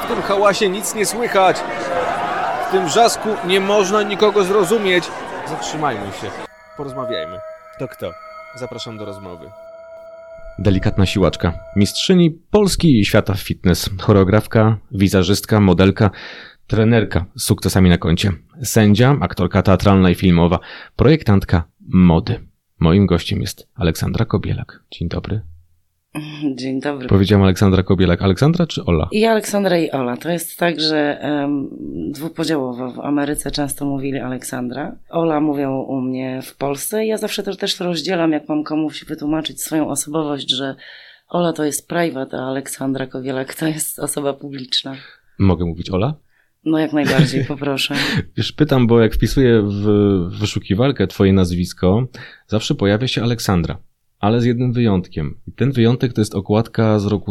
W tym hałasie nic nie słychać. W tym wrzasku nie można nikogo zrozumieć. Zatrzymajmy się. Porozmawiajmy. To kto? Zapraszam do rozmowy. Delikatna siłaczka. Mistrzyni Polski i świata w fitness. Choreografka, wizażystka, modelka, trenerka z sukcesami na koncie. Sędzia, aktorka teatralna i filmowa, projektantka mody. Moim gościem jest Aleksandra Kobielak. Dzień dobry. Dzień dobry. Powiedziałem Aleksandra Kobielak. Aleksandra czy Ola? I Aleksandra i Ola. To jest tak, że dwupodziałowo w Ameryce często mówili Aleksandra. Ola mówią u mnie w Polsce. Ja zawsze też to rozdzielam, jak mam komuś wytłumaczyć swoją osobowość, że Ola to jest private, a Aleksandra Kobielak to jest osoba publiczna. Mogę mówić Ola? No jak najbardziej, poproszę. Wiesz, pytam, bo jak wpisuję w wyszukiwarkę twoje nazwisko, zawsze pojawia się Aleksandra. Ale z jednym wyjątkiem. I ten wyjątek to jest okładka z roku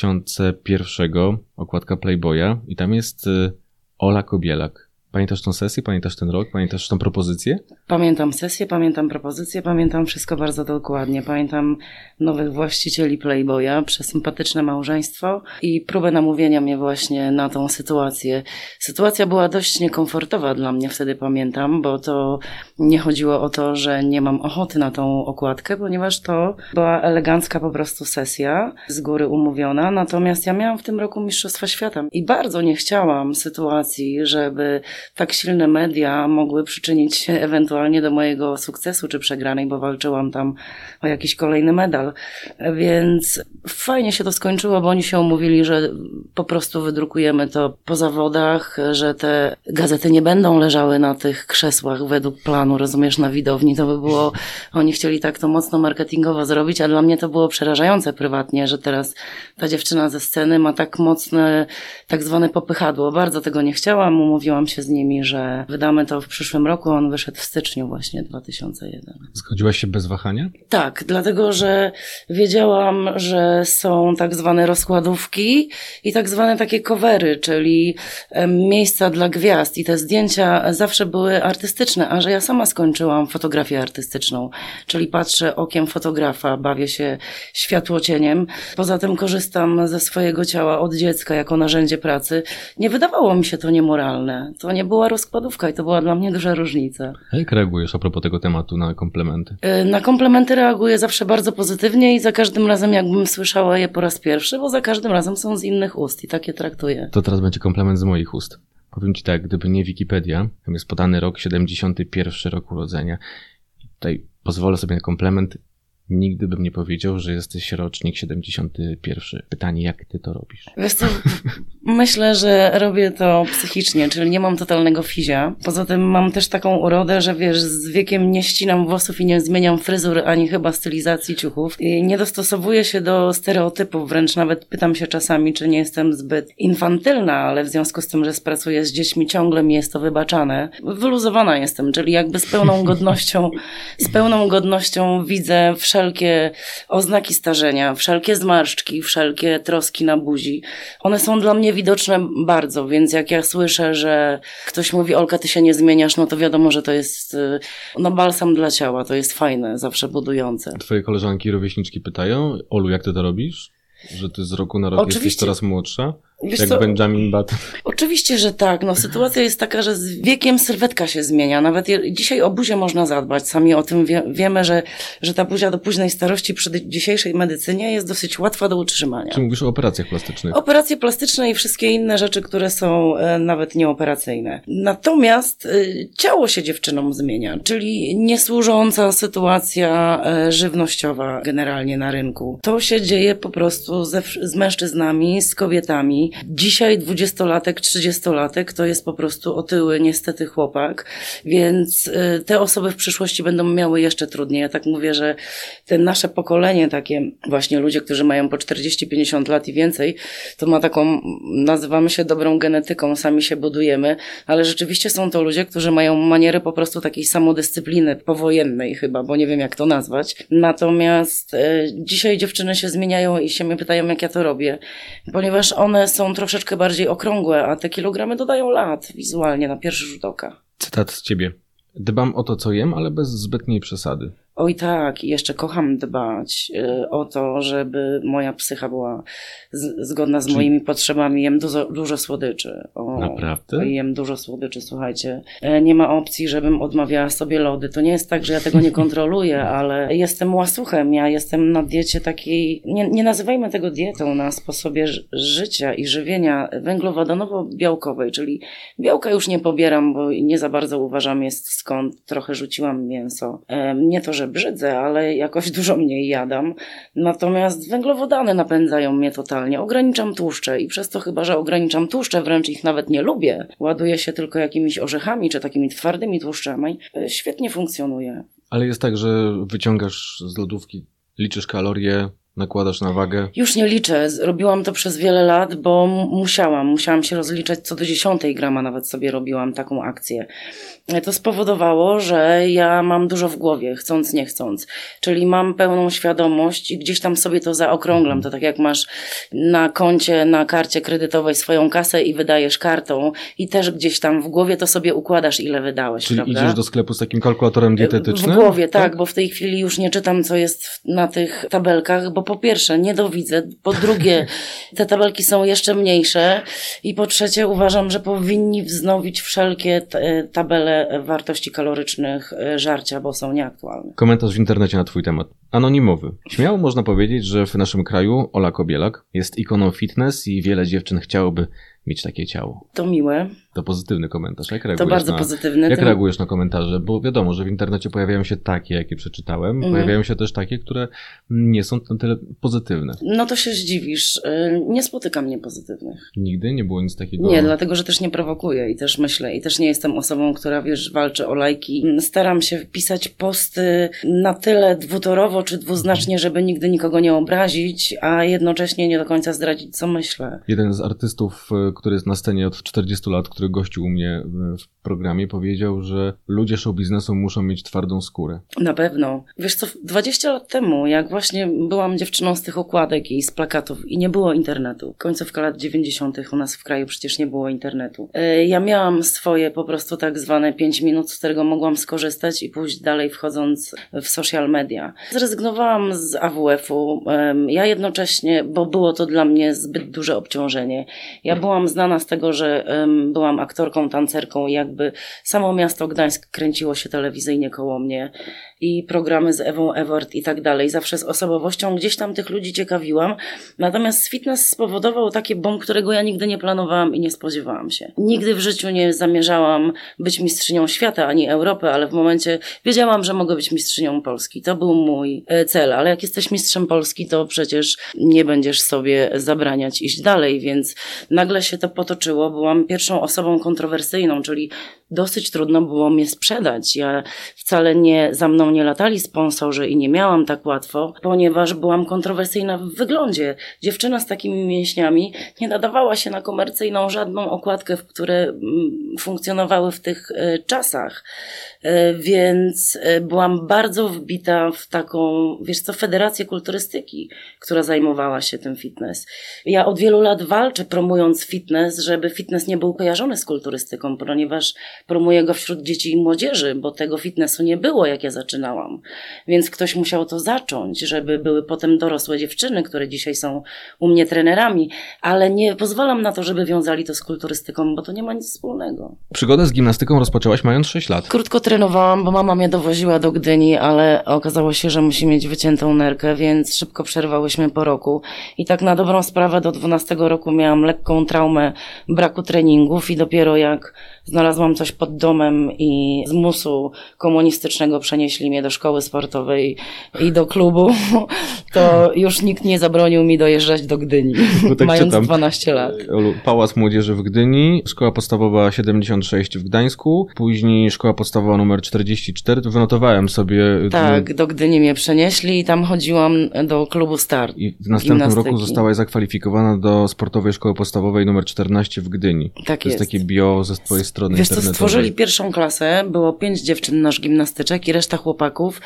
2001, okładka Playboya i tam jest Ola Kobielak. Pamiętasz tą sesję? Pamiętasz ten rok? Pamiętasz tą propozycję? Pamiętam sesję, pamiętam propozycję, pamiętam wszystko bardzo dokładnie. Pamiętam nowych właścicieli Playboya, przesympatyczne małżeństwo i próbę namówienia mnie właśnie na tą sytuację. Sytuacja była dość niekomfortowa dla mnie, wtedy pamiętam, bo to nie chodziło o to, że nie mam ochoty na tą okładkę, ponieważ to była elegancka po prostu sesja, z góry umówiona, natomiast ja miałam w tym roku Mistrzostwa Świata i bardzo nie chciałam sytuacji, żeby tak silne media mogły przyczynić się ewentualnie do mojego sukcesu czy przegranej, bo walczyłam tam o jakiś kolejny medal. Więc fajnie się to skończyło, bo oni się umówili, że po prostu wydrukujemy to po zawodach, że te gazety nie będą leżały na tych krzesłach według planu, rozumiesz, na widowni. To by było, oni chcieli tak to mocno marketingowo zrobić, a dla mnie to było przerażające prywatnie, że teraz ta dziewczyna ze sceny ma tak mocne, tak zwane popychadło. Bardzo tego nie chciałam, umówiłam się z nimi, że wydamy to w przyszłym roku, on wyszedł w styczniu właśnie 2001. Zgodziłaś się bez wahania? Tak, dlatego, że wiedziałam, że są tak zwane rozkładówki i tak zwane takie covery, czyli miejsca dla gwiazd i te zdjęcia zawsze były artystyczne, a że ja sama skończyłam fotografię artystyczną, czyli patrzę okiem fotografa, bawię się światłocieniem, poza tym korzystam ze swojego ciała od dziecka jako narzędzie pracy. Nie wydawało mi się to niemoralne. To nie była rozkładówka i to była dla mnie duża różnica. A jak reagujesz a propos tego tematu na komplementy? Na komplementy reaguję zawsze bardzo pozytywnie i za każdym razem jakbym słyszała je po raz pierwszy, bo za każdym razem są z innych ust i tak je traktuję. To teraz będzie komplement z moich ust. Powiem ci tak, gdyby nie Wikipedia, tam jest podany rok 71 rok urodzenia. I tutaj pozwolę sobie na komplement. Nigdy bym nie powiedział, że jesteś rocznik 71. Pytanie, jak ty to robisz? Wiesz co, myślę, że robię to psychicznie, czyli nie mam totalnego fizia. Poza tym mam też taką urodę, że wiesz, z wiekiem nie ścinam włosów i nie zmieniam fryzur, ani chyba stylizacji ciuchów. I nie dostosowuję się do stereotypów, wręcz nawet pytam się czasami, czy nie jestem zbyt infantylna, ale w związku z tym, że pracuję z dziećmi, ciągle mi jest to wybaczane. Wyluzowana jestem, czyli jakby z pełną godnością widzę wszelkie oznaki starzenia, wszelkie zmarszczki, wszelkie troski na buzi. One są dla mnie widoczne bardzo, więc jak ja słyszę, że ktoś mówi: Olka, ty się nie zmieniasz, no to wiadomo, że to jest balsam dla ciała, to jest fajne, zawsze budujące. Twoje koleżanki, rówieśniczki pytają: Olu, jak ty to robisz? Że ty z roku na rok jesteś coraz młodsza? Wiesz jak co? Benjamin Button. Oczywiście, że tak. No, sytuacja jest taka, że z wiekiem sylwetka się zmienia. Nawet dzisiaj o buzię można zadbać. Sami o tym wiemy, że ta buzia do późnej starości przy dzisiejszej medycynie jest dosyć łatwa do utrzymania. Czy mówisz o operacjach plastycznych? Operacje plastyczne i wszystkie inne rzeczy, które są nawet nieoperacyjne. Natomiast ciało się dziewczynom zmienia, czyli niesłużąca sytuacja żywnościowa generalnie na rynku. To się dzieje po prostu z mężczyznami, z kobietami. Dzisiaj 20-latek, 30-latek to jest po prostu otyły niestety chłopak, więc te osoby w przyszłości będą miały jeszcze trudniej. Ja tak mówię, że te nasze pokolenie, takie właśnie ludzie, którzy mają po 40-50 lat i więcej, to ma taką, nazywamy się dobrą genetyką, sami się budujemy, ale rzeczywiście są to ludzie, którzy mają manierę po prostu takiej samodyscypliny powojennej chyba, bo nie wiem jak to nazwać. Natomiast dzisiaj dziewczyny się zmieniają i się mnie pytają, jak ja to robię, ponieważ one są troszeczkę bardziej okrągłe, a te kilogramy dodają lat wizualnie na pierwszy rzut oka. Cytat z ciebie. Dbam o to, co jem, ale bez zbytniej przesady. Oj tak, i jeszcze kocham dbać o to, żeby moja psycha była zgodna z moimi potrzebami. Jem dużo słodyczy. Naprawdę? Jem dużo słodyczy, słuchajcie. Nie ma opcji, żebym odmawiała sobie lody. To nie jest tak, że ja tego nie kontroluję, ale jestem łasuchem. Ja jestem na diecie takiej, nie nazywajmy tego dietą, na sposobie życia i żywienia węglowodanowo-białkowej, czyli białka już nie pobieram, bo nie za bardzo uważam jest skąd. Trochę rzuciłam mięso. Nie to, że brzydzę, ale jakoś dużo mniej jadam. Natomiast węglowodany napędzają mnie totalnie. Ograniczam tłuszcze i przez to chyba, że ograniczam tłuszcze, wręcz ich nawet nie lubię. Ładuję się tylko jakimiś orzechami czy takimi twardymi tłuszczami. Świetnie funkcjonuje. Ale jest tak, że wyciągasz z lodówki, liczysz kalorie, nakładasz na wagę? Już nie liczę. Robiłam to przez wiele lat, bo musiałam się rozliczać co do 10 grama, nawet sobie robiłam taką akcję. To spowodowało, że ja mam dużo w głowie, chcąc, nie chcąc. Czyli mam pełną świadomość i gdzieś tam sobie to zaokrąglam. To tak jak masz na koncie, na karcie kredytowej swoją kasę i wydajesz kartą i też gdzieś tam w głowie to sobie układasz, ile wydałeś, czyli prawda? Idziesz do sklepu z takim kalkulatorem dietetycznym? W głowie, tak, bo w tej chwili już nie czytam, co jest na tych tabelkach, bo po pierwsze nie dowidzę, po drugie te tabelki są jeszcze mniejsze i po trzecie uważam, że powinni wznowić wszelkie tabele wartości kalorycznych żarcia, bo są nieaktualne. Komentarz w internecie na twój temat. Anonimowy. Śmiało można powiedzieć, że w naszym kraju Ola Kobielak jest ikoną fitness i wiele dziewczyn chciałoby mieć takie ciało. To miłe. To pozytywny komentarz. Jak To reagujesz bardzo pozytywny. Jak reagujesz na komentarze? Bo wiadomo, że w internecie pojawiają się takie, jakie przeczytałem. Pojawiają się też takie, które nie są na tyle pozytywne. No to się zdziwisz. Nie spotykam niepozytywnych. Nigdy nie było nic takiego? Nie, dlatego, że też nie prowokuję i też myślę. I też nie jestem osobą, która, walczy o lajki. Staram się pisać posty na tyle dwutorowo czy dwuznacznie, żeby nigdy nikogo nie obrazić, a jednocześnie nie do końca zdradzić, co myślę. Jeden z artystów, który jest na scenie od 40 lat, który gościł u mnie w programie, powiedział, że ludzie show biznesu muszą mieć twardą skórę. Na pewno. Wiesz co, 20 lat temu, jak właśnie byłam dziewczyną z tych okładek i z plakatów i nie było internetu. Końcówka lat 90. u nas w kraju przecież nie było internetu. Ja miałam swoje po prostu tak zwane 5 minut, z którego mogłam skorzystać i pójść dalej wchodząc w social media. Zrezygnowałam z AWF-u. Ja jednocześnie, bo było to dla mnie zbyt duże obciążenie. Ja byłam znana z tego, że byłam aktorką, tancerką i jakby samo miasto Gdańsk kręciło się telewizyjnie koło mnie i programy z Ewą Ewart i tak dalej. Zawsze z osobowością gdzieś tam tych ludzi ciekawiłam. Natomiast fitness spowodował taki boom, którego ja nigdy nie planowałam i nie spodziewałam się. Nigdy w życiu nie zamierzałam być mistrzynią świata ani Europy, ale w momencie wiedziałam, że mogę być mistrzynią Polski. To był mój cel, ale jak jesteś mistrzem Polski, to przecież nie będziesz sobie zabraniać iść dalej, więc nagle się to potoczyło. Byłam pierwszą osobą kontrowersyjną, czyli dosyć trudno było mnie sprzedać. Ja wcale za mną nie latali sponsorzy i nie miałam tak łatwo, ponieważ byłam kontrowersyjna w wyglądzie. Dziewczyna z takimi mięśniami nie nadawała się na komercyjną żadną okładkę, które funkcjonowały w tych czasach. Więc byłam bardzo wbita w taką, federację kulturystyki, która zajmowała się tym fitness. Ja od wielu lat walczę, promując fitness, żeby fitness nie był kojarzony z kulturystyką, ponieważ promuję go wśród dzieci i młodzieży, bo tego fitnessu nie było, jak ja zaczynałam. Więc ktoś musiał to zacząć, żeby były potem dorosłe dziewczyny, które dzisiaj są u mnie trenerami, ale nie pozwalam na to, żeby wiązali to z kulturystyką, bo to nie ma nic wspólnego. Przygodę z gimnastyką rozpoczęłaś mając 6 lat. Krótko trenowałam, bo mama mnie dowoziła do Gdyni, ale okazało się, że musi mieć wyciętą nerkę, więc szybko przerwałyśmy po roku. I tak na dobrą sprawę do 12 roku miałam lekką traumę braku treningów i dopiero jak znalazłam coś pod domem i z musu komunistycznego przenieśli mnie do szkoły sportowej i do klubu, to już nikt nie zabronił mi dojeżdżać do Gdyni, tak mając 12 lat. Pałac Młodzieży w Gdyni, szkoła podstawowa 76 w Gdańsku, później szkoła podstawowa numer 44, wynotowałem sobie... Tak, do Gdyni mnie przenieśli i tam chodziłam do klubu Start. I w następnym roku zostałaś zakwalifikowana do sportowej szkoły podstawowej numer 14 w Gdyni. Tak to jest takie bio ze twojej strony Wiesz co, internetowej. stworzyli pierwszą klasę, było 5 dziewczyn nasz gimnastyczek i reszta chłopaków.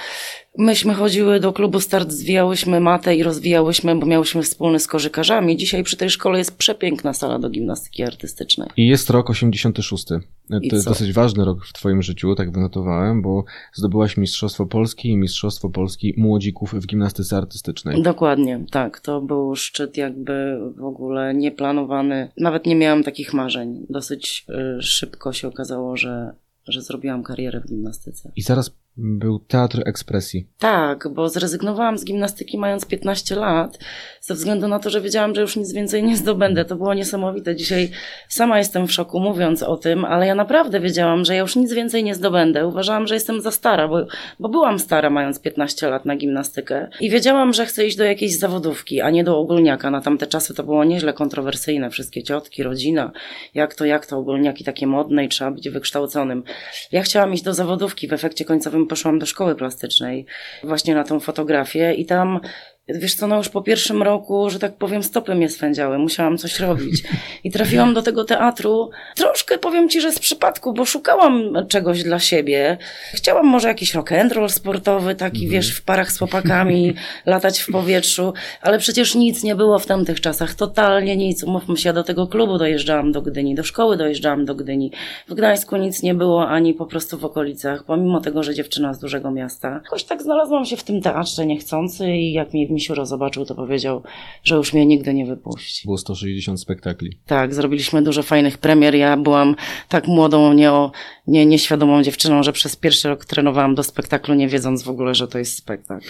Myśmy chodziły do klubu Start, zwijałyśmy matę i rozwijałyśmy, bo miałyśmy wspólny z koszykarzami. Dzisiaj przy tej szkole jest przepiękna sala do gimnastyki artystycznej. I jest rok 86. To jest co? dosyć ważny rok w twoim życiu, tak wynotowałem, bo zdobyłaś Mistrzostwo Polski i Mistrzostwo Polski młodzików w gimnastyce artystycznej. Dokładnie, tak. To był szczyt jakby w ogóle nieplanowany. Nawet nie miałam takich marzeń. Dosyć szybko się okazało, że zrobiłam karierę w gimnastyce. I zaraz był Teatr Ekspresji. Tak, bo zrezygnowałam z gimnastyki mając 15 lat, ze względu na to, że wiedziałam, że już nic więcej nie zdobędę. To było niesamowite. Dzisiaj sama jestem w szoku mówiąc o tym, ale ja naprawdę wiedziałam, że ja już nic więcej nie zdobędę. Uważałam, że jestem za stara, bo byłam stara mając 15 lat na gimnastykę i wiedziałam, że chcę iść do jakiejś zawodówki, a nie do ogólniaka. Na tamte czasy to było nieźle kontrowersyjne. Wszystkie ciotki, rodzina, jak to ogólniaki takie modne i trzeba być wykształconym. Ja chciałam iść do zawodówki. W efekcie końcowym poszłam do szkoły plastycznej właśnie na tą fotografię i tam, wiesz co, no już po pierwszym roku, że tak powiem, stopy mnie swędziały, musiałam coś robić. I trafiłam do tego teatru, troszkę powiem ci, że z przypadku, bo szukałam czegoś dla siebie. Chciałam może jakiś rock'n'roll sportowy, taki wiesz, w parach z chłopakami, latać w powietrzu, ale przecież nic nie było w tamtych czasach, totalnie nic. Umówmy się, ja do tego klubu dojeżdżałam do Gdyni, do szkoły dojeżdżałam do Gdyni. W Gdańsku nic nie było, ani po prostu w okolicach, pomimo tego, że dziewczyna z dużego miasta. Jakoś tak znalazłam się w tym teatrze niechcący i jak mnie Misiuro zobaczył, to powiedział, że już mnie nigdy nie wypuści. Było 160 spektakli. Tak, zrobiliśmy dużo fajnych premier. Ja byłam tak młodą, nieświadomą dziewczyną, że przez pierwszy rok trenowałam do spektaklu, nie wiedząc w ogóle, że to jest spektakl.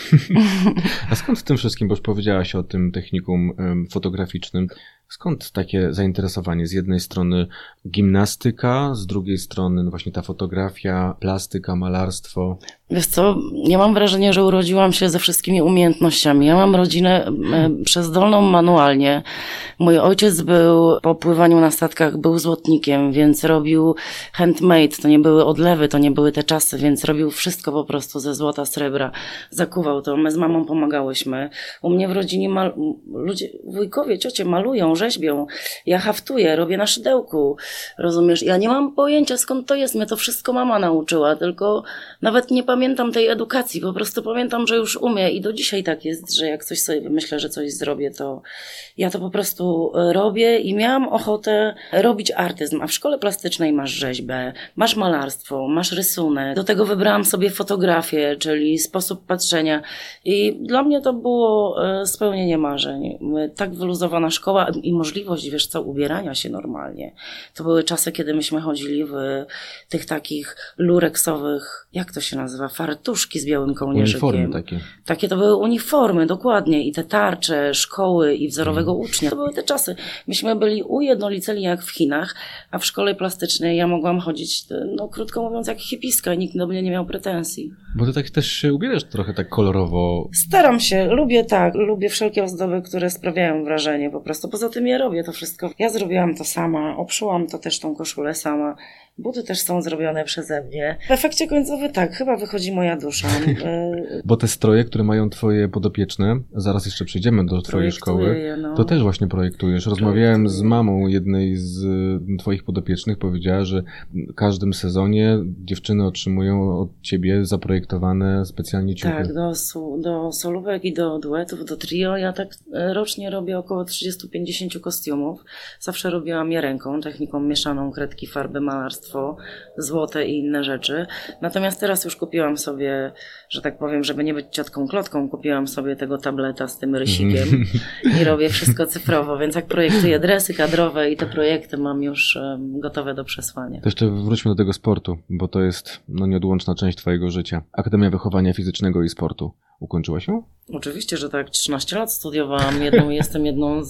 A skąd w tym wszystkim, bo już powiedziałaś o tym technikum fotograficznym, skąd takie zainteresowanie? Z jednej strony gimnastyka, z drugiej strony no właśnie ta fotografia, plastyka, malarstwo. Wiesz co, ja mam wrażenie, że urodziłam się ze wszystkimi umiejętnościami. Ja mam rodzinę przezdolną manualnie. Mój ojciec był po pływaniu na statkach, był złotnikiem, więc robił handmade. To nie były odlewy, to nie były te czasy, więc robił wszystko po prostu ze złota, srebra. Zakuwał to. My z mamą pomagałyśmy. U mnie w rodzinie ludzie, wujkowie, ciocie malują, rzeźbią. Ja haftuję, robię na szydełku. Rozumiesz? Ja nie mam pojęcia, skąd to jest. Mnie to wszystko mama nauczyła, tylko nawet nie pamiętam tej edukacji. Po prostu pamiętam, że już umiem i do dzisiaj tak jest, że jak coś sobie wymyślę, że coś zrobię, to ja to po prostu robię i miałam ochotę robić artyzm. A w szkole plastycznej masz rzeźbę, masz malarstwo, masz rysunek. Do tego wybrałam sobie fotografię, czyli sposób patrzenia i dla mnie to było spełnienie marzeń. Tak wyluzowana szkoła i możliwość, wiesz co, ubierania się normalnie. To były czasy, kiedy myśmy chodzili w tych takich lureksowych, jak to się nazywa, fartuszki z białym kołnierzykiem. Uniformy takie. Takie to były uniformy, dokładnie. I te tarcze, szkoły i wzorowego ucznia. To były te czasy. Myśmy byli ujednoliceni jak w Chinach, a w szkole plastycznej ja mogłam chodzić, no krótko mówiąc, jak hipiska i nikt do mnie nie miał pretensji. Bo ty tak też się ubierasz trochę tak kolorowo. Staram się, lubię wszelkie ozdoby, które sprawiają wrażenie po prostu. Poza tym ja robię to wszystko. Ja zrobiłam to sama, obszyłam to też tą koszulę sama. Buty też są zrobione przeze mnie. W efekcie końcowym tak, chyba wychodzi moja dusza. Bo te stroje, które mają twoje podopieczne, zaraz jeszcze przejdziemy do twojej szkoły, je, no. to też właśnie projektujesz. Rozmawiałem z mamą jednej z twoich podopiecznych, powiedziała, że w każdym sezonie dziewczyny otrzymują od ciebie zaprojektowane specjalnie ciuchy. Tak, do solówek i do duetów, do trio. Ja tak rocznie robię około 30-50 kostiumów. Zawsze robiłam je ręką, techniką mieszaną, kredki, farby, malarstwo, złote i inne rzeczy. Natomiast teraz już kupiłam sobie, że tak powiem, żeby nie być ciotką klotką, kupiłam sobie tego tableta z tym rysikiem i robię wszystko cyfrowo, więc jak projektuję dresy kadrowe i te projekty mam już gotowe do przesłania. To jeszcze wróćmy do tego sportu, bo to jest nieodłączna część twojego życia. Akademia Wychowania Fizycznego i Sportu. Ukończyła się? Oczywiście, że tak. 13 lat studiowałam. Jestem jedną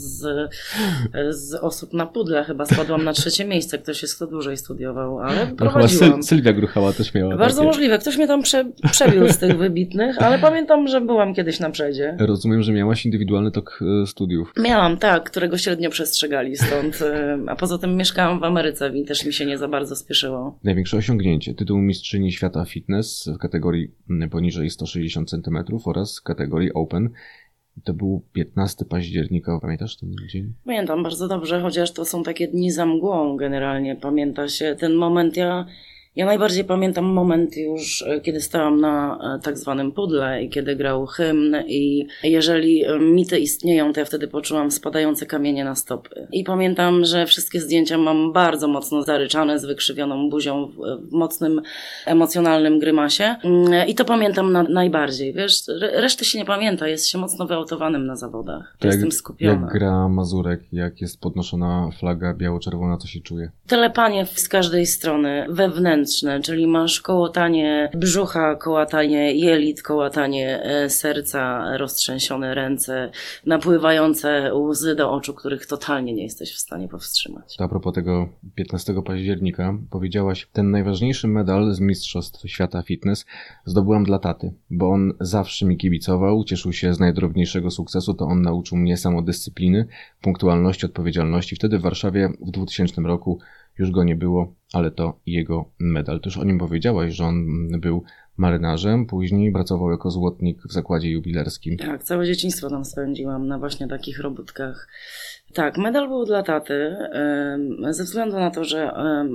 z osób na pudle. Chyba spadłam na 3. miejsce. Ktoś jest, kto dłużej studiował, ale prowadziłam. Chyba Sylwia Gruchała też miała Bardzo takie. możliwe. Ktoś mnie tam przebił z tych wybitnych, ale pamiętam, że byłam kiedyś na przedzie. Rozumiem, że miałaś indywidualny tok studiów. Miałam, tak, którego średnio przestrzegali stąd. A poza tym mieszkałam w Ameryce i też mi się nie za bardzo spieszyło. Największe osiągnięcie. Tytuł mistrzyni świata fitness w kategorii poniżej 160 cm oraz kategorii Open. To był 15 października. Pamiętasz ten dzień? Pamiętam bardzo dobrze, chociaż to są takie dni za mgłą generalnie. Pamięta się ten moment. Ja najbardziej pamiętam moment już, kiedy stałam na tak zwanym pudle i kiedy grał hymn i jeżeli mity istnieją, to ja wtedy poczułam spadające kamienie na stopy. I pamiętam, że wszystkie zdjęcia mam bardzo mocno zaryczane, z wykrzywioną buzią, w mocnym, emocjonalnym grymasie. I to pamiętam najbardziej, wiesz, reszty się nie pamięta, jest się mocno wyautowanym na zawodach. Jestem skupiona. Jak gra Mazurek, jak jest podnoszona flaga biało-czerwona, co się czuje? Telepanie z każdej strony, wewnętrzne, czyli masz kołotanie brzucha, kołatanie jelit, kołatanie serca, roztrzęsione ręce, napływające łzy do oczu, których totalnie nie jesteś w stanie powstrzymać. To a propos tego 15 października, powiedziałaś, ten najważniejszy medal z Mistrzostw Świata Fitness zdobyłam dla taty, bo on zawsze mi kibicował, cieszył się z najdrobniejszego sukcesu, to on nauczył mnie samodyscypliny, punktualności, odpowiedzialności. Wtedy w Warszawie w 2000 roku już go nie było, ale to jego medal. Ty już o nim powiedziałaś, że on był marynarzem, później pracował jako złotnik w zakładzie jubilerskim. Tak, całe dzieciństwo tam spędziłam na właśnie takich robótkach. Tak, medal był dla taty, ze względu na to, że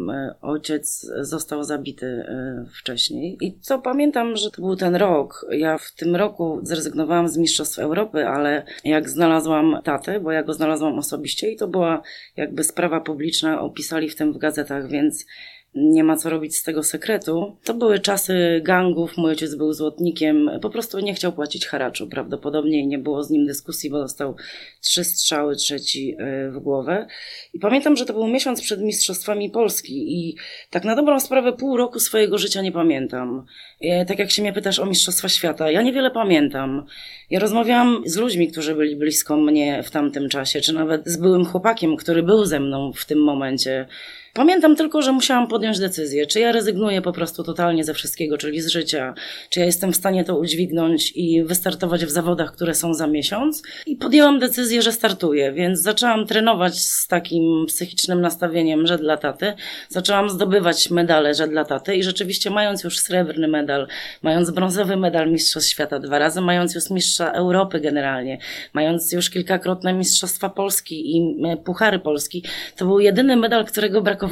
ojciec został zabity wcześniej. I co pamiętam, że to był ten rok. Ja w tym roku zrezygnowałam z Mistrzostw Europy, ale jak znalazłam tatę, bo ja go znalazłam osobiście i to była jakby sprawa publiczna, opisali w tym w gazetach, więc nie ma co robić z tego sekretu. To były czasy gangów, mój ojciec był złotnikiem, po prostu nie chciał płacić haraczu prawdopodobnie i nie było z nim dyskusji, bo dostał 3 strzały, trzeci w głowę. I pamiętam, że to był miesiąc przed Mistrzostwami Polski i tak na dobrą sprawę pół roku swojego życia nie pamiętam. Tak jak się mnie pytasz o Mistrzostwa Świata, ja niewiele pamiętam. Ja rozmawiałam z ludźmi, którzy byli blisko mnie w tamtym czasie, czy nawet z byłym chłopakiem, który był ze mną w tym momencie. Pamiętam tylko, że musiałam podjąć decyzję, czy ja rezygnuję po prostu totalnie ze wszystkiego, czyli z życia, czy ja jestem w stanie to udźwignąć i wystartować w zawodach, które są za miesiąc. I podjęłam decyzję, że startuję, więc zaczęłam trenować z takim psychicznym nastawieniem, że dla taty. Zaczęłam zdobywać medale, że dla taty i rzeczywiście mając już srebrny medal, mając brązowy medal Mistrzostw Świata 2 razy, mając już Mistrza Europy generalnie, mając już kilkakrotne Mistrzostwa Polski i Puchary Polski, to był jedyny medal, którego brakowało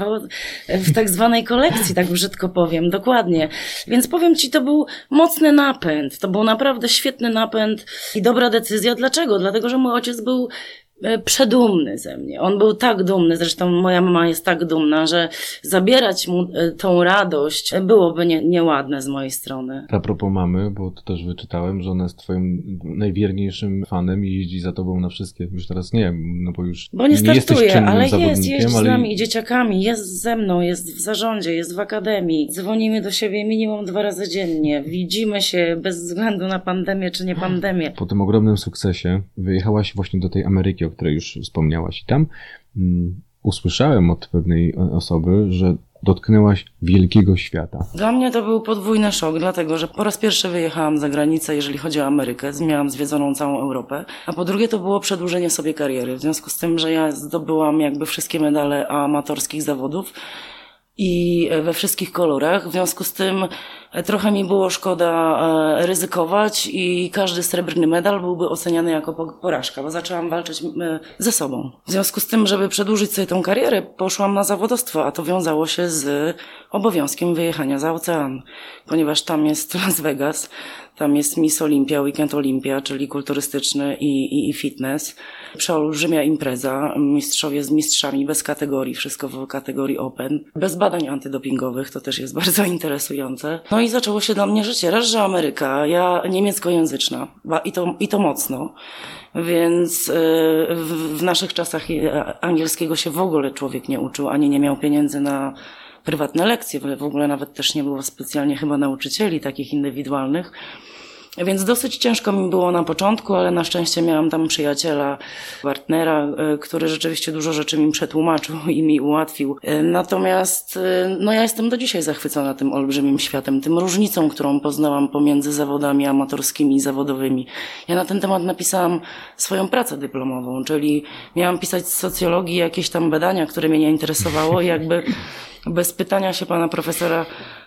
w tak zwanej kolekcji, tak brzydko powiem, dokładnie. Więc powiem Ci, to był mocny napęd, to był naprawdę świetny napęd i dobra decyzja. Dlaczego? Dlatego, że mój ojciec był przedumny ze mnie. On był tak dumny, zresztą moja mama jest tak dumna, że zabierać mu tą radość byłoby nieładne z mojej strony. A propos mamy, bo to też wyczytałem, że ona jest twoim najwierniejszym fanem i jeździ za tobą na wszystkie. Już teraz nie, no bo już bo nie startuje, ale jeździ z ale... nami i dzieciakami, jest ze mną, jest w zarządzie, jest w akademii. Dzwonimy do siebie minimum 2 razy dziennie. Widzimy się bez względu na pandemię czy nie pandemię. Po tym ogromnym sukcesie wyjechałaś właśnie do tej Ameryki, o której już wspomniałaś. I tam usłyszałem od pewnej osoby, że dotknęłaś wielkiego świata. Dla mnie to był podwójny szok, dlatego że po raz pierwszy wyjechałam za granicę, jeżeli chodzi o Amerykę. Miałam zwiedzoną całą Europę. A po drugie to było przedłużenie sobie kariery. W związku z tym, że ja zdobyłam jakby wszystkie medale amatorskich zawodów i we wszystkich kolorach. W związku z tym trochę mi było szkoda ryzykować i każdy srebrny medal byłby oceniany jako porażka, bo zaczęłam walczyć ze sobą. W związku z tym, żeby przedłużyć sobie tą karierę, poszłam na zawodowstwo, a to wiązało się z obowiązkiem wyjechania za ocean, ponieważ tam jest Las Vegas, tam jest Miss Olympia, Weekend Olympia, czyli kulturystyczny i fitness. Przeolbrzymia impreza, mistrzowie z mistrzami, bez kategorii, wszystko w kategorii open, bez badań antydopingowych, to też jest bardzo interesujące. No i zaczęło się dla mnie życie. Raz, że Ameryka, ja niemieckojęzyczna i to mocno, więc w naszych czasach angielskiego się w ogóle człowiek nie uczył, ani nie miał pieniędzy na prywatne lekcje, w ogóle nawet też nie było specjalnie chyba nauczycieli takich indywidualnych. Więc dosyć ciężko mi było na początku, ale na szczęście miałam tam przyjaciela, partnera, który rzeczywiście dużo rzeczy mi przetłumaczył i mi ułatwił. Natomiast no ja jestem do dzisiaj zachwycona tym olbrzymim światem, tym różnicą, którą poznałam pomiędzy zawodami amatorskimi i zawodowymi. Ja na ten temat napisałam swoją pracę dyplomową, czyli miałam pisać z socjologii jakieś tam badania, które mnie nie interesowało i jakby bez pytania się pana profesora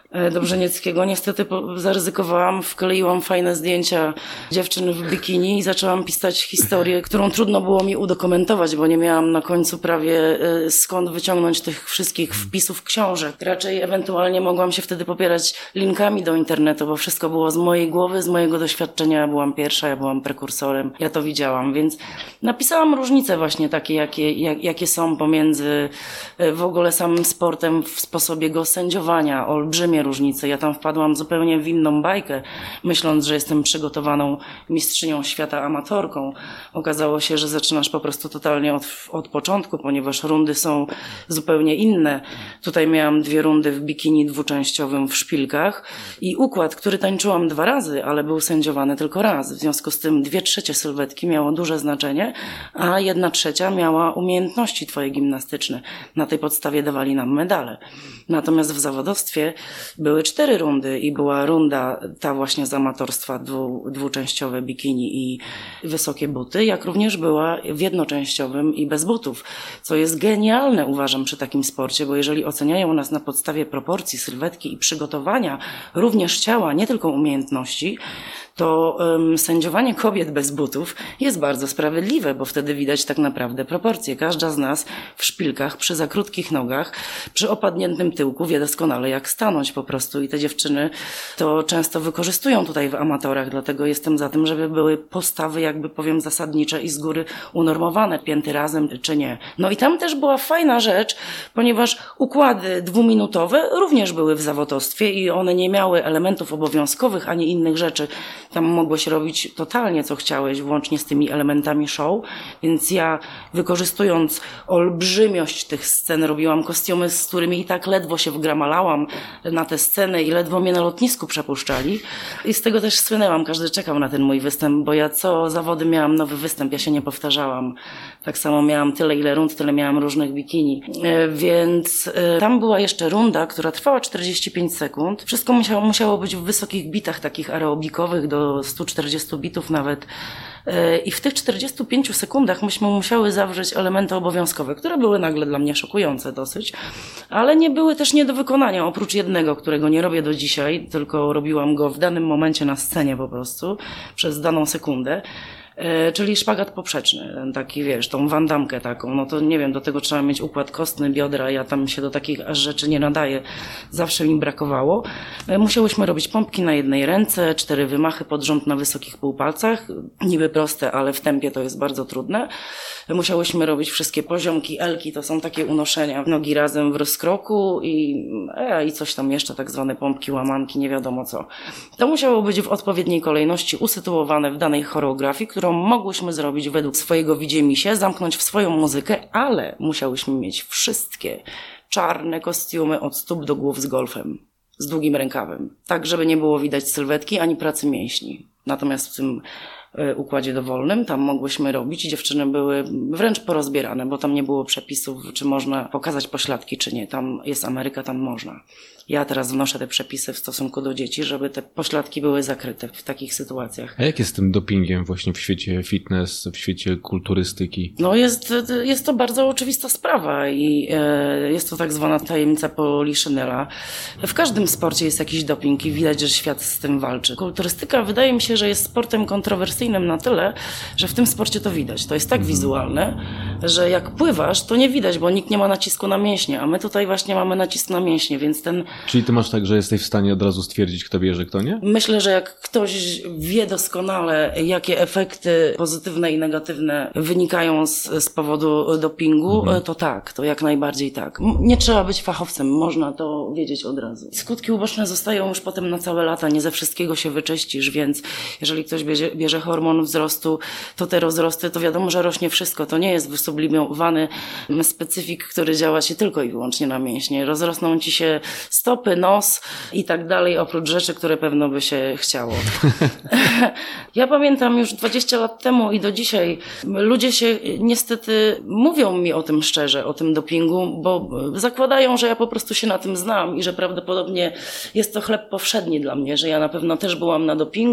do Brzenieckiego. Niestety zaryzykowałam, wkleiłam fajne zdjęcia dziewczyn w bikini i zaczęłam pisać historię, którą trudno było mi udokumentować, bo nie miałam na końcu prawie skąd wyciągnąć tych wszystkich wpisów książek. Raczej ewentualnie mogłam się wtedy popierać linkami do internetu, bo wszystko było z mojej głowy, z mojego doświadczenia. Ja byłam pierwsza, ja byłam prekursorem, ja to widziałam, więc napisałam różnice właśnie takie, jakie są pomiędzy w ogóle samym sportem w sposobie go sędziowania, olbrzymie różnice. Ja tam wpadłam zupełnie w inną bajkę, myśląc, że jestem przygotowaną mistrzynią świata amatorką. Okazało się, że zaczynasz po prostu totalnie od początku, ponieważ rundy są zupełnie inne. Tutaj miałam 2 rundy w bikini dwuczęściowym w szpilkach i układ, który tańczyłam 2 razy, ale był sędziowany tylko raz. W związku z tym 2/3 sylwetki miało duże znaczenie, a 1/3 miała umiejętności twoje gimnastyczne. Na tej podstawie dawali nam medale. Natomiast w zawodowstwie były 4 rundy i była runda ta właśnie z amatorstwa dwuczęściowe bikini i wysokie buty, jak również była w jednoczęściowym i bez butów, co jest genialne, uważam, przy takim sporcie, bo jeżeli oceniają nas na podstawie proporcji sylwetki i przygotowania również ciała, nie tylko umiejętności, to sędziowanie kobiet bez butów jest bardzo sprawiedliwe, bo wtedy widać tak naprawdę proporcje. Każda z nas w szpilkach, przy za krótkich nogach, przy opadniętym tyłku wie doskonale jak stanąć po prostu i te dziewczyny to często wykorzystują tutaj w amatorach, dlatego jestem za tym, żeby były postawy jakby powiem zasadnicze i z góry unormowane, pięty razem czy nie. No i tam też była fajna rzecz, ponieważ układy 2-minutowe również były w zawodowstwie i one nie miały elementów obowiązkowych ani innych rzeczy. Tam mogłeś robić totalnie co chciałeś, włącznie z tymi elementami show, więc ja wykorzystując olbrzymiość tych scen robiłam kostiumy, z którymi i tak ledwo się wgramalałam na te sceny i ledwo mnie na lotnisku przepuszczali i z tego też słynęłam, każdy czekał na ten mój występ, bo ja co zawody miałam nowy występ, ja się nie powtarzałam. Tak samo miałam tyle ile rund, tyle miałam różnych bikini, więc tam była jeszcze runda, która trwała 45 sekund. Wszystko musiało być w wysokich bitach takich aerobikowych do 140 bitów nawet. I w tych 45 sekundach myśmy musiały zawrzeć elementy obowiązkowe, które były nagle dla mnie szokujące dosyć, ale nie były też nie do wykonania, oprócz jednego, którego nie robię do dzisiaj, tylko robiłam go w danym momencie na scenie po prostu, przez daną sekundę. Czyli szpagat poprzeczny, taki wiesz, tą wandamkę taką, no to nie wiem, do tego trzeba mieć układ kostny, biodra, ja tam się do takich aż rzeczy nie nadaję, zawsze mi brakowało. Musiałyśmy robić pompki na jednej ręce, 4 wymachy pod rząd na wysokich półpalcach, niby proste, ale w tempie to jest bardzo trudne. Musiałyśmy robić wszystkie poziomki, elki, to są takie unoszenia, nogi razem w rozkroku i coś tam jeszcze, tak zwane pompki, łamanki, nie wiadomo co. To musiało być w odpowiedniej kolejności usytuowane w danej choreografii, którą mogłyśmy zrobić według swojego widzimisię, zamknąć w swoją muzykę, ale musiałyśmy mieć wszystkie czarne kostiumy od stóp do głów z golfem, z długim rękawem, tak żeby nie było widać sylwetki ani pracy mięśni. Natomiast w tym układzie dowolnym tam mogłyśmy robić i dziewczyny były wręcz porozbierane, bo tam nie było przepisów, czy można pokazać pośladki, czy nie. Tam jest Ameryka, tam można. Ja teraz wnoszę te przepisy w stosunku do dzieci, żeby te pośladki były zakryte w takich sytuacjach. A jak jest z tym dopingiem właśnie w świecie fitness, w świecie kulturystyki? No jest to bardzo oczywista sprawa i jest to tak zwana tajemnica Poliszynela. W każdym sporcie jest jakiś doping i widać, że świat z tym walczy. Kulturystyka wydaje mi się, że jest sportem kontrowersyjnym na tyle, że w tym sporcie to widać. To jest tak wizualne, że jak pływasz, to nie widać, bo nikt nie ma nacisku na mięśnie, a my tutaj właśnie mamy nacisk na mięśnie, więc ten... Czyli ty masz tak, że jesteś w stanie od razu stwierdzić, kto bierze, kto nie? Myślę, że jak ktoś wie doskonale, jakie efekty pozytywne i negatywne wynikają z powodu dopingu, to tak, to jak najbardziej tak. Nie trzeba być fachowcem, można to wiedzieć od razu. Skutki uboczne zostają już potem na całe lata, nie ze wszystkiego się wyczyścisz, więc jeżeli ktoś bierze hormon wzrostu, to te rozrosty, to wiadomo, że rośnie wszystko. To nie jest wysublimowany specyfik, który działa się tylko i wyłącznie na mięśnie. Rozrosną ci się stopy, nos i tak dalej, oprócz rzeczy, które pewno by się chciało. Ja pamiętam już 20 lat temu i do dzisiaj ludzie się niestety mówią mi o tym szczerze, o tym dopingu, bo zakładają, że ja po prostu się na tym znam i że prawdopodobnie jest to chleb powszedni dla mnie, że ja na pewno też byłam na dopingu albo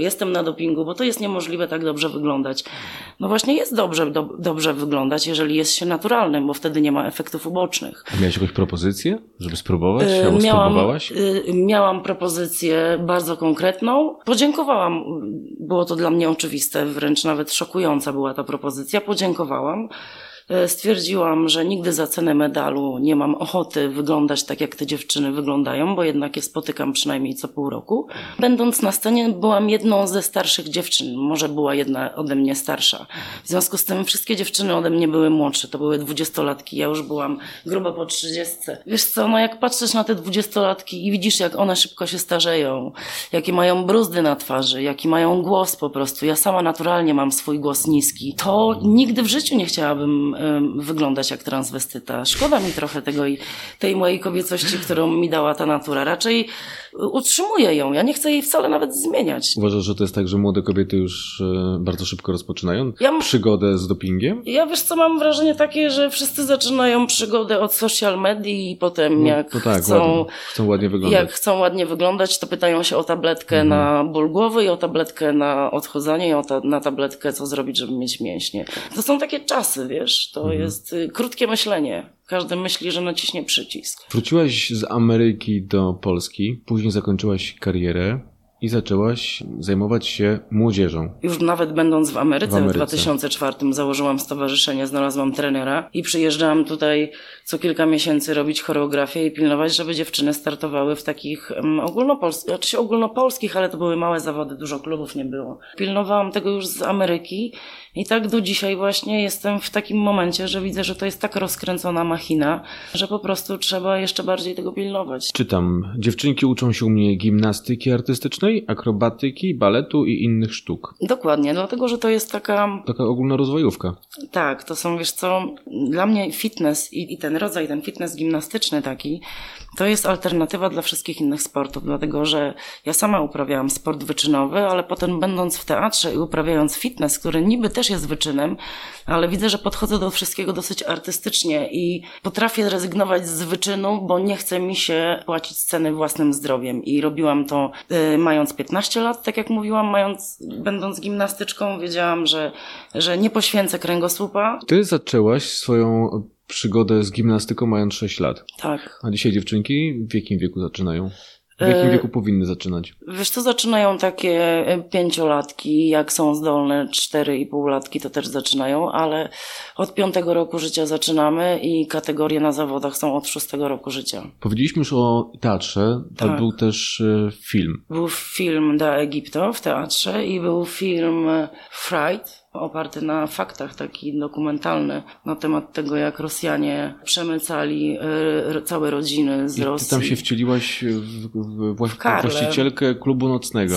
jestem na dopingu, bo to jest niemożliwe tak dobrze wyglądać. No właśnie jest dobrze wyglądać, jeżeli jest się naturalnym, bo wtedy nie ma efektów ubocznych. A miałeś jakąś propozycję, żeby spróbować? Albo spróbowałaś? Miałam propozycję bardzo konkretną. Podziękowałam. Było to dla mnie oczywiste, wręcz nawet szokująca była ta propozycja. Podziękowałam. Stwierdziłam, że nigdy za cenę medalu nie mam ochoty wyglądać tak, jak te dziewczyny wyglądają, bo jednak je spotykam przynajmniej co pół roku. Będąc na scenie byłam jedną ze starszych dziewczyn, może była jedna ode mnie starsza. W związku z tym wszystkie dziewczyny ode mnie były młodsze, to były 20-latki, ja już byłam grubo po 30. Wiesz co, no jak patrzysz na te 20-latki i widzisz, jak one szybko się starzeją, jakie mają bruzdy na twarzy, jaki mają głos po prostu. Ja sama naturalnie mam swój głos niski. To nigdy w życiu nie chciałabym wyglądać jak transwestyta. Szkoda mi trochę tej mojej kobiecości, którą mi dała ta natura. Raczej utrzymuję ją. Ja nie chcę jej wcale nawet zmieniać. Uważasz, że to jest tak, że młode kobiety już bardzo szybko rozpoczynają przygodę z dopingiem? Ja wiesz co, mam wrażenie takie, że wszyscy zaczynają przygodę od social medii i potem chcą ładnie wyglądać. Jak chcą ładnie wyglądać, to pytają się o tabletkę na ból głowy i o tabletkę na odchudzanie i na tabletkę, co zrobić, żeby mieć mięśnie. To są takie czasy, wiesz, to jest krótkie myślenie. Każdy myśli, że naciśnie przycisk. Wróciłaś z Ameryki do Polski, później zakończyłaś karierę i zaczęłaś zajmować się młodzieżą. Już nawet będąc w Ameryce w 2004 założyłam stowarzyszenie, znalazłam trenera i przyjeżdżałam tutaj co kilka miesięcy robić choreografię i pilnować, żeby dziewczyny startowały w takich ogólnopolskich, ale to były małe zawody, dużo klubów nie było. Pilnowałam tego już z Ameryki i tak do dzisiaj właśnie jestem w takim momencie, że widzę, że to jest tak rozkręcona machina, że po prostu trzeba jeszcze bardziej tego pilnować. Czytam, dziewczynki uczą się u mnie gimnastyki artystycznej, akrobatyki, baletu i innych sztuk. Dokładnie, dlatego, że to jest taka ogólnorozwojówka. Tak, to są, wiesz co, dla mnie fitness i ten rodzaj, ten fitness gimnastyczny taki, to jest alternatywa dla wszystkich innych sportów, dlatego, że ja sama uprawiałam sport wyczynowy, ale potem będąc w teatrze i uprawiając fitness, który niby też jest wyczynem, ale widzę, że podchodzę do wszystkiego dosyć artystycznie i potrafię rezygnować z wyczynu, bo nie chce mi się płacić ceny własnym zdrowiem i robiłam to mając 15 lat, tak jak mówiłam, będąc gimnastyczką, wiedziałam, że nie poświęcę kręgosłupa. Ty zaczęłaś swoją przygodę z gimnastyką mając 6 lat. Tak. A dzisiaj dziewczynki w jakim wieku zaczynają? W jakim wieku powinny zaczynać? Wiesz co, zaczynają takie 5-latki, jak są zdolne 4,5-latki to też zaczynają, ale od 5 roku życia zaczynamy i kategorie na zawodach są od 6 roku życia. Powiedzieliśmy już o teatrze, tak. Ale był też film. Był film Da Egipto w teatrze i był film Fright, oparty na faktach, taki dokumentalny na temat tego, jak Rosjanie przemycali całe rodziny z Rosji. Ty tam się wcieliłaś w właścicielkę klubu nocnego.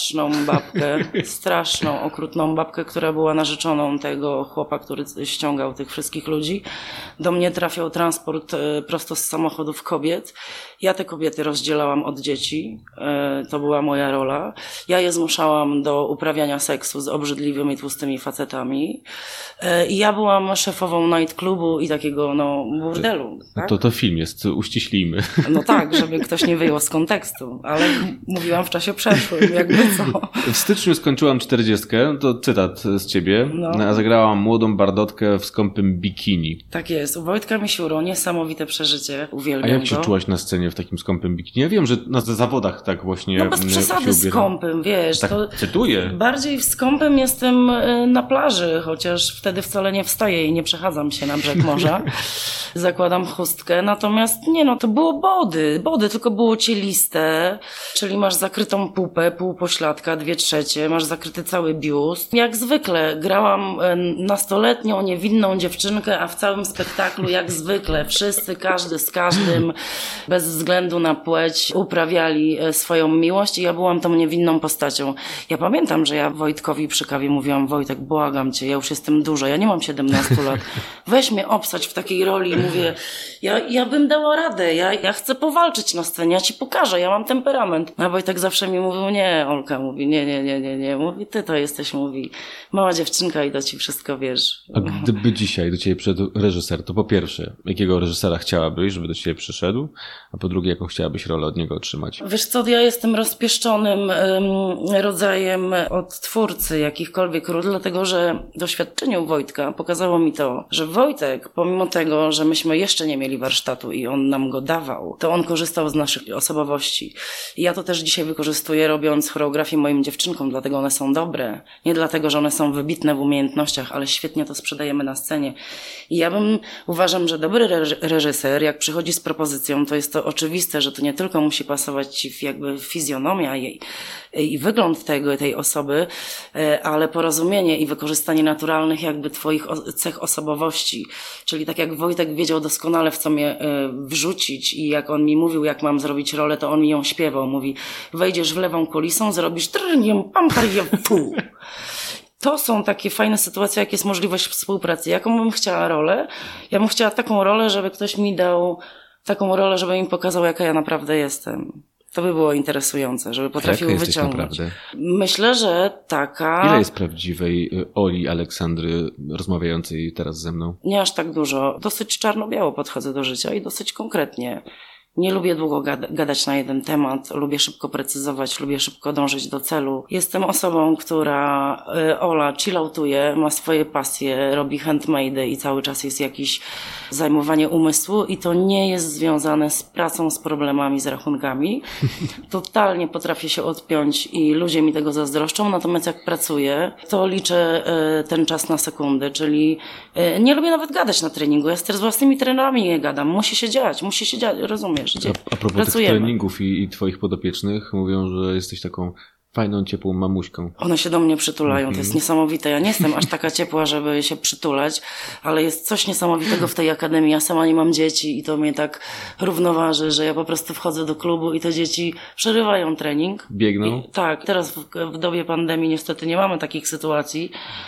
Straszną, okrutną babkę, która była narzeczoną tego chłopa, który ściągał tych wszystkich ludzi. Do mnie trafiał transport prosto z samochodów kobiet. Ja te kobiety rozdzielałam od dzieci. To była moja rola. Ja je zmuszałam do uprawiania seksu z obrzydliwymi, tłustymi facetami. I ja byłam szefową nightclubu i takiego burdelu. Tak? To film jest, uściślijmy. No tak, żeby ktoś nie wyjął z kontekstu, ale mówiłam w czasie przeszłym, jakby co. W styczniu skończyłam 40, to cytat z ciebie, a zagrałam młodą bardotkę w skąpym bikini. Tak jest, u Wojtka Misiuro, niesamowite przeżycie, uwielbiam go. A jak się go. czułaś na scenie w takim skąpym bikini? Ja wiem, że na zawodach tak właśnie no bez przesady skąpym, wiesz. Tak, to cytuję. Bardziej w skąpym jestem na plaży, chociaż wtedy wcale nie wstaję i nie przechadzam się na brzeg morza. Zakładam chustkę, natomiast to było body, tylko było cieliste, czyli masz zakrytą pupę, półpośladka, 2/3, masz zakryty cały biust. Jak zwykle grałam nastoletnią, niewinną dziewczynkę, a w całym spektaklu jak zwykle wszyscy, każdy z każdym, bez względu na płeć, uprawiali swoją miłość i ja byłam tą niewinną postacią. Ja pamiętam, że ja Wojtkowi przy kawie mówiłam: Wojtek, błagam cię, ja już jestem duża, ja nie mam 17 lat, weź mnie obsać w takiej roli. Mówię, Ja bym dała radę, ja chcę powalczyć na scenie, ja ci pokażę, ja mam temperament. A Wojtek zawsze mi mówił, nie, Olka mówi, nie, mówi, ty to jesteś, mówi, mała dziewczynka i to ci wszystko wiesz. A gdyby dzisiaj do ciebie przyszedł reżyser, to po pierwsze, jakiego reżysera chciałabyś, żeby do ciebie przyszedł, a po drugie, jaką chciałabyś rolę od niego otrzymać? Wiesz co, ja jestem rozpieszczonym rodzajem odtwórcy jakichkolwiek ról, dlatego że doświadczenie u Wojtka pokazało mi to, że Wojtek, pomimo tego, że myśmy jeszcze nie mieli warsztatu i on nam go dawał, to on korzystał z naszych osobowości. I ja to też dzisiaj wykorzystuję, robiąc choreografię moim dziewczynkom, dlatego one są dobre. Nie dlatego, że one są wybitne w umiejętnościach, ale świetnie to sprzedajemy na scenie. I uważam, że dobry reżyser, jak przychodzi z propozycją, to jest to oczywiste, że to nie tylko musi pasować ci jakby fizjonomia jej i wygląd tej osoby, ale porozumienie i wykorzystanie naturalnych jakby twoich cech osobowości. Czyli tak jak Wojtek wiedział doskonale, w co mnie wrzucić i jak on mi mówił, jak mam zrobić rolę, to on mi ją śpiewał. Mówi, wejdziesz w lewą kulisą, zrobisz trniem, pampariem, pu. To są takie fajne sytuacje, jak jest możliwość współpracy. Jaką bym chciała rolę? Ja bym chciała taką rolę, żeby ktoś mi dał taką rolę, żeby mi pokazał, jaka ja naprawdę jestem. To by było interesujące, żeby potrafił wyciągnąć. Naprawdę? Myślę, że taka... Ile jest prawdziwej Oli Aleksandry rozmawiającej teraz ze mną? Nie aż tak dużo. Dosyć czarno-biało podchodzę do życia i dosyć konkretnie. Nie lubię długo gadać na jeden temat, lubię szybko precyzować, lubię szybko dążyć do celu. Jestem osobą, która Ola chilloutuje, ma swoje pasje, robi handmade i cały czas jest jakieś zajmowanie umysłu i to nie jest związane z pracą, z problemami, z rachunkami. Totalnie potrafię się odpiąć i ludzie mi tego zazdroszczą, natomiast jak pracuję, to liczę ten czas na sekundy, czyli nie lubię nawet gadać na treningu. Ja z własnymi trenerami nie gadam. Musi się dziać, rozumiesz? A propos tych treningów i twoich podopiecznych, mówią, że jesteś taką fajną, ciepłą mamuśką. One się do mnie przytulają, to jest niesamowite. Ja nie jestem aż taka ciepła, żeby się przytulać, ale jest coś niesamowitego w tej akademii. Ja sama nie mam dzieci i to mnie tak równoważy, że ja po prostu wchodzę do klubu i te dzieci przerywają trening. Biegną? Tak, teraz w dobie pandemii niestety nie mamy takich sytuacji.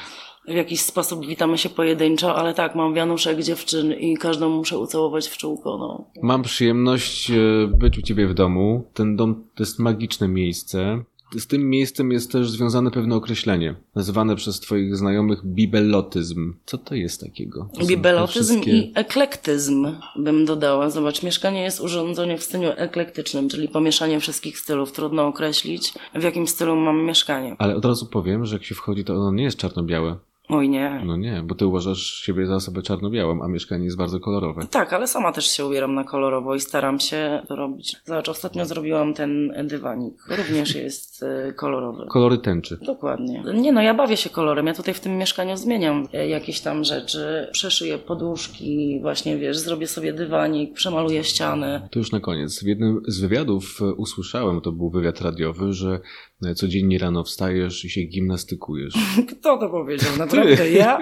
W jakiś sposób witamy się pojedynczo, ale tak, mam wianuszek dziewczyn i każdą muszę ucałować w czółko. No. Mam przyjemność być u ciebie w domu. Ten dom to jest magiczne miejsce. Z tym miejscem jest też związane pewne określenie, nazywane przez twoich znajomych bibelotyzm. Co to jest takiego? Bibelotyzm i eklektyzm bym dodała. Zobacz, mieszkanie jest urządzone w stylu eklektycznym, czyli pomieszanie wszystkich stylów. Trudno określić, w jakim stylu mam mieszkanie. Ale od razu powiem, że jak się wchodzi, to ono nie jest czarno-białe. Oj nie. No nie, bo ty uważasz siebie za osobę czarno-białą, a mieszkanie jest bardzo kolorowe. Tak, ale sama też się ubieram na kolorowo i staram się to robić. Zobacz, ostatnio zrobiłam ten dywanik. Również jest kolorowy. Kolory tęczy. Dokładnie. Nie no, ja bawię się kolorem. Ja tutaj w tym mieszkaniu zmieniam jakieś tam rzeczy. Przeszyję poduszki, właśnie wiesz, zrobię sobie dywanik, przemaluję ściany. To już na koniec. W jednym z wywiadów usłyszałem, to był wywiad radiowy, że codziennie rano wstajesz i się gimnastykujesz. Kto to powiedział? Naprawdę ja?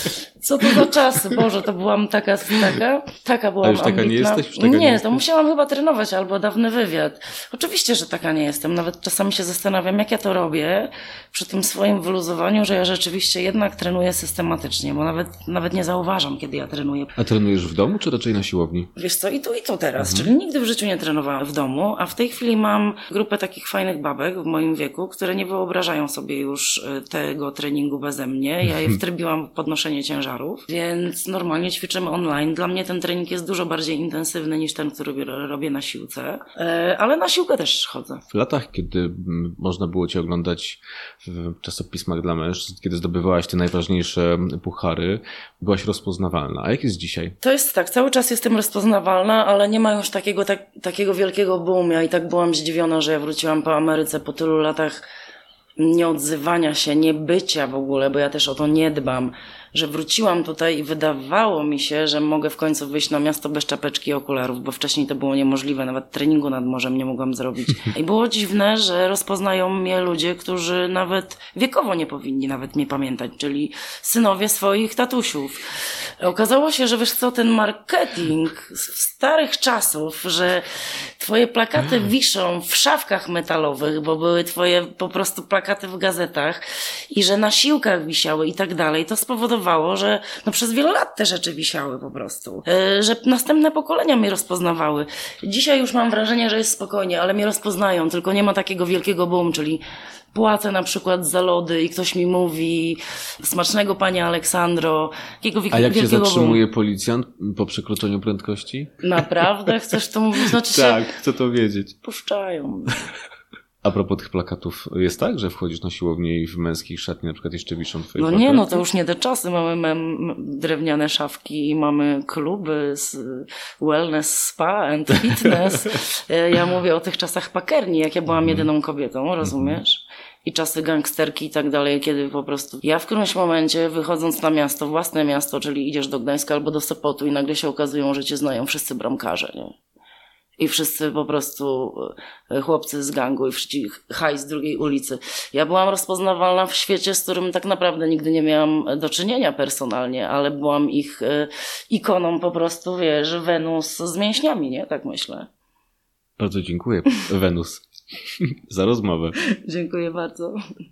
Co to za czasy? Boże, to byłam taka byłam A już taka ambitna. Nie jesteś? Nie, to musiałam chyba trenować albo dawny wywiad. Oczywiście, że taka nie jestem. Nawet czasami się zastanawiam, jak ja to robię przy tym swoim wyluzowaniu, że ja rzeczywiście jednak trenuję systematycznie, bo nawet nie zauważam, kiedy ja trenuję. A trenujesz w domu, czy raczej na siłowni? Wiesz co, i tu teraz. Czyli nigdy w życiu nie trenowałam w domu, a w tej chwili mam grupę takich fajnych babek w moim wieku, które nie wyobrażają sobie już tego treningu beze mnie. Ja je wtrybiłam w podnoszenie ciężarów, więc normalnie ćwiczymy online. Dla mnie ten trening jest dużo bardziej intensywny niż ten, który robię na siłce, ale na siłkę też chodzę. W latach, kiedy można było cię oglądać w czasopismach dla mężczyzn, kiedy zdobywałaś te najważniejsze puchary, byłaś rozpoznawalna. A jak jest dzisiaj? To jest tak, cały czas jestem rozpoznawalna, ale nie ma już takiego wielkiego boomu. Ja i tak byłam zdziwiona, że ja wróciłam po Ameryce po tylu latach nieodzywania się, niebycia w ogóle, bo ja też o to nie dbam, że wróciłam tutaj i wydawało mi się, że mogę w końcu wyjść na miasto bez czapeczki i okularów, bo wcześniej to było niemożliwe, nawet treningu nad morzem nie mogłam zrobić. I było dziwne, że rozpoznają mnie ludzie, którzy nawet wiekowo nie powinni nawet mnie pamiętać, czyli synowie swoich tatusiów. Okazało się, że wiesz co, ten marketing z starych czasów, że twoje plakaty wiszą w szafkach metalowych, bo były twoje po prostu plakaty w gazetach i że na siłkach wisiały i tak dalej, to spowodowało, spowodowało, że no przez wiele lat te rzeczy wisiały po prostu. Że następne pokolenia mnie rozpoznawały. Dzisiaj już mam wrażenie, że jest spokojnie, ale mnie rozpoznają, tylko nie ma takiego wielkiego boom, czyli płacę na przykład za lody i ktoś mi mówi smacznego panie Aleksandro. A jak cię zatrzymuje policjant po przekroczeniu prędkości? Naprawdę? Chcesz to mówić? Znaczy tak, chcę to wiedzieć. Puszczają. A propos tych plakatów, jest tak, że wchodzisz na siłownię i w męskich szatni na przykład jeszcze wiszą twoje plakaty? Nie, no to już nie te czasy. Mamy drewniane szafki i mamy kluby, wellness, spa and fitness. Ja mówię o tych czasach pakerni, jak ja byłam jedyną kobietą, rozumiesz? I czasy gangsterki i tak dalej, kiedy po prostu ja w którymś momencie wychodząc na miasto, własne miasto, czyli idziesz do Gdańska albo do Sopotu i nagle się okazują, że cię znają wszyscy bramkarze, nie? I wszyscy po prostu chłopcy z gangu i haj z drugiej ulicy. Ja byłam rozpoznawalna w świecie, z którym tak naprawdę nigdy nie miałam do czynienia personalnie, ale byłam ich ikoną po prostu, wiesz, Wenus z mięśniami, nie? Tak myślę. Bardzo dziękuję, Wenus, za rozmowę. Dziękuję bardzo.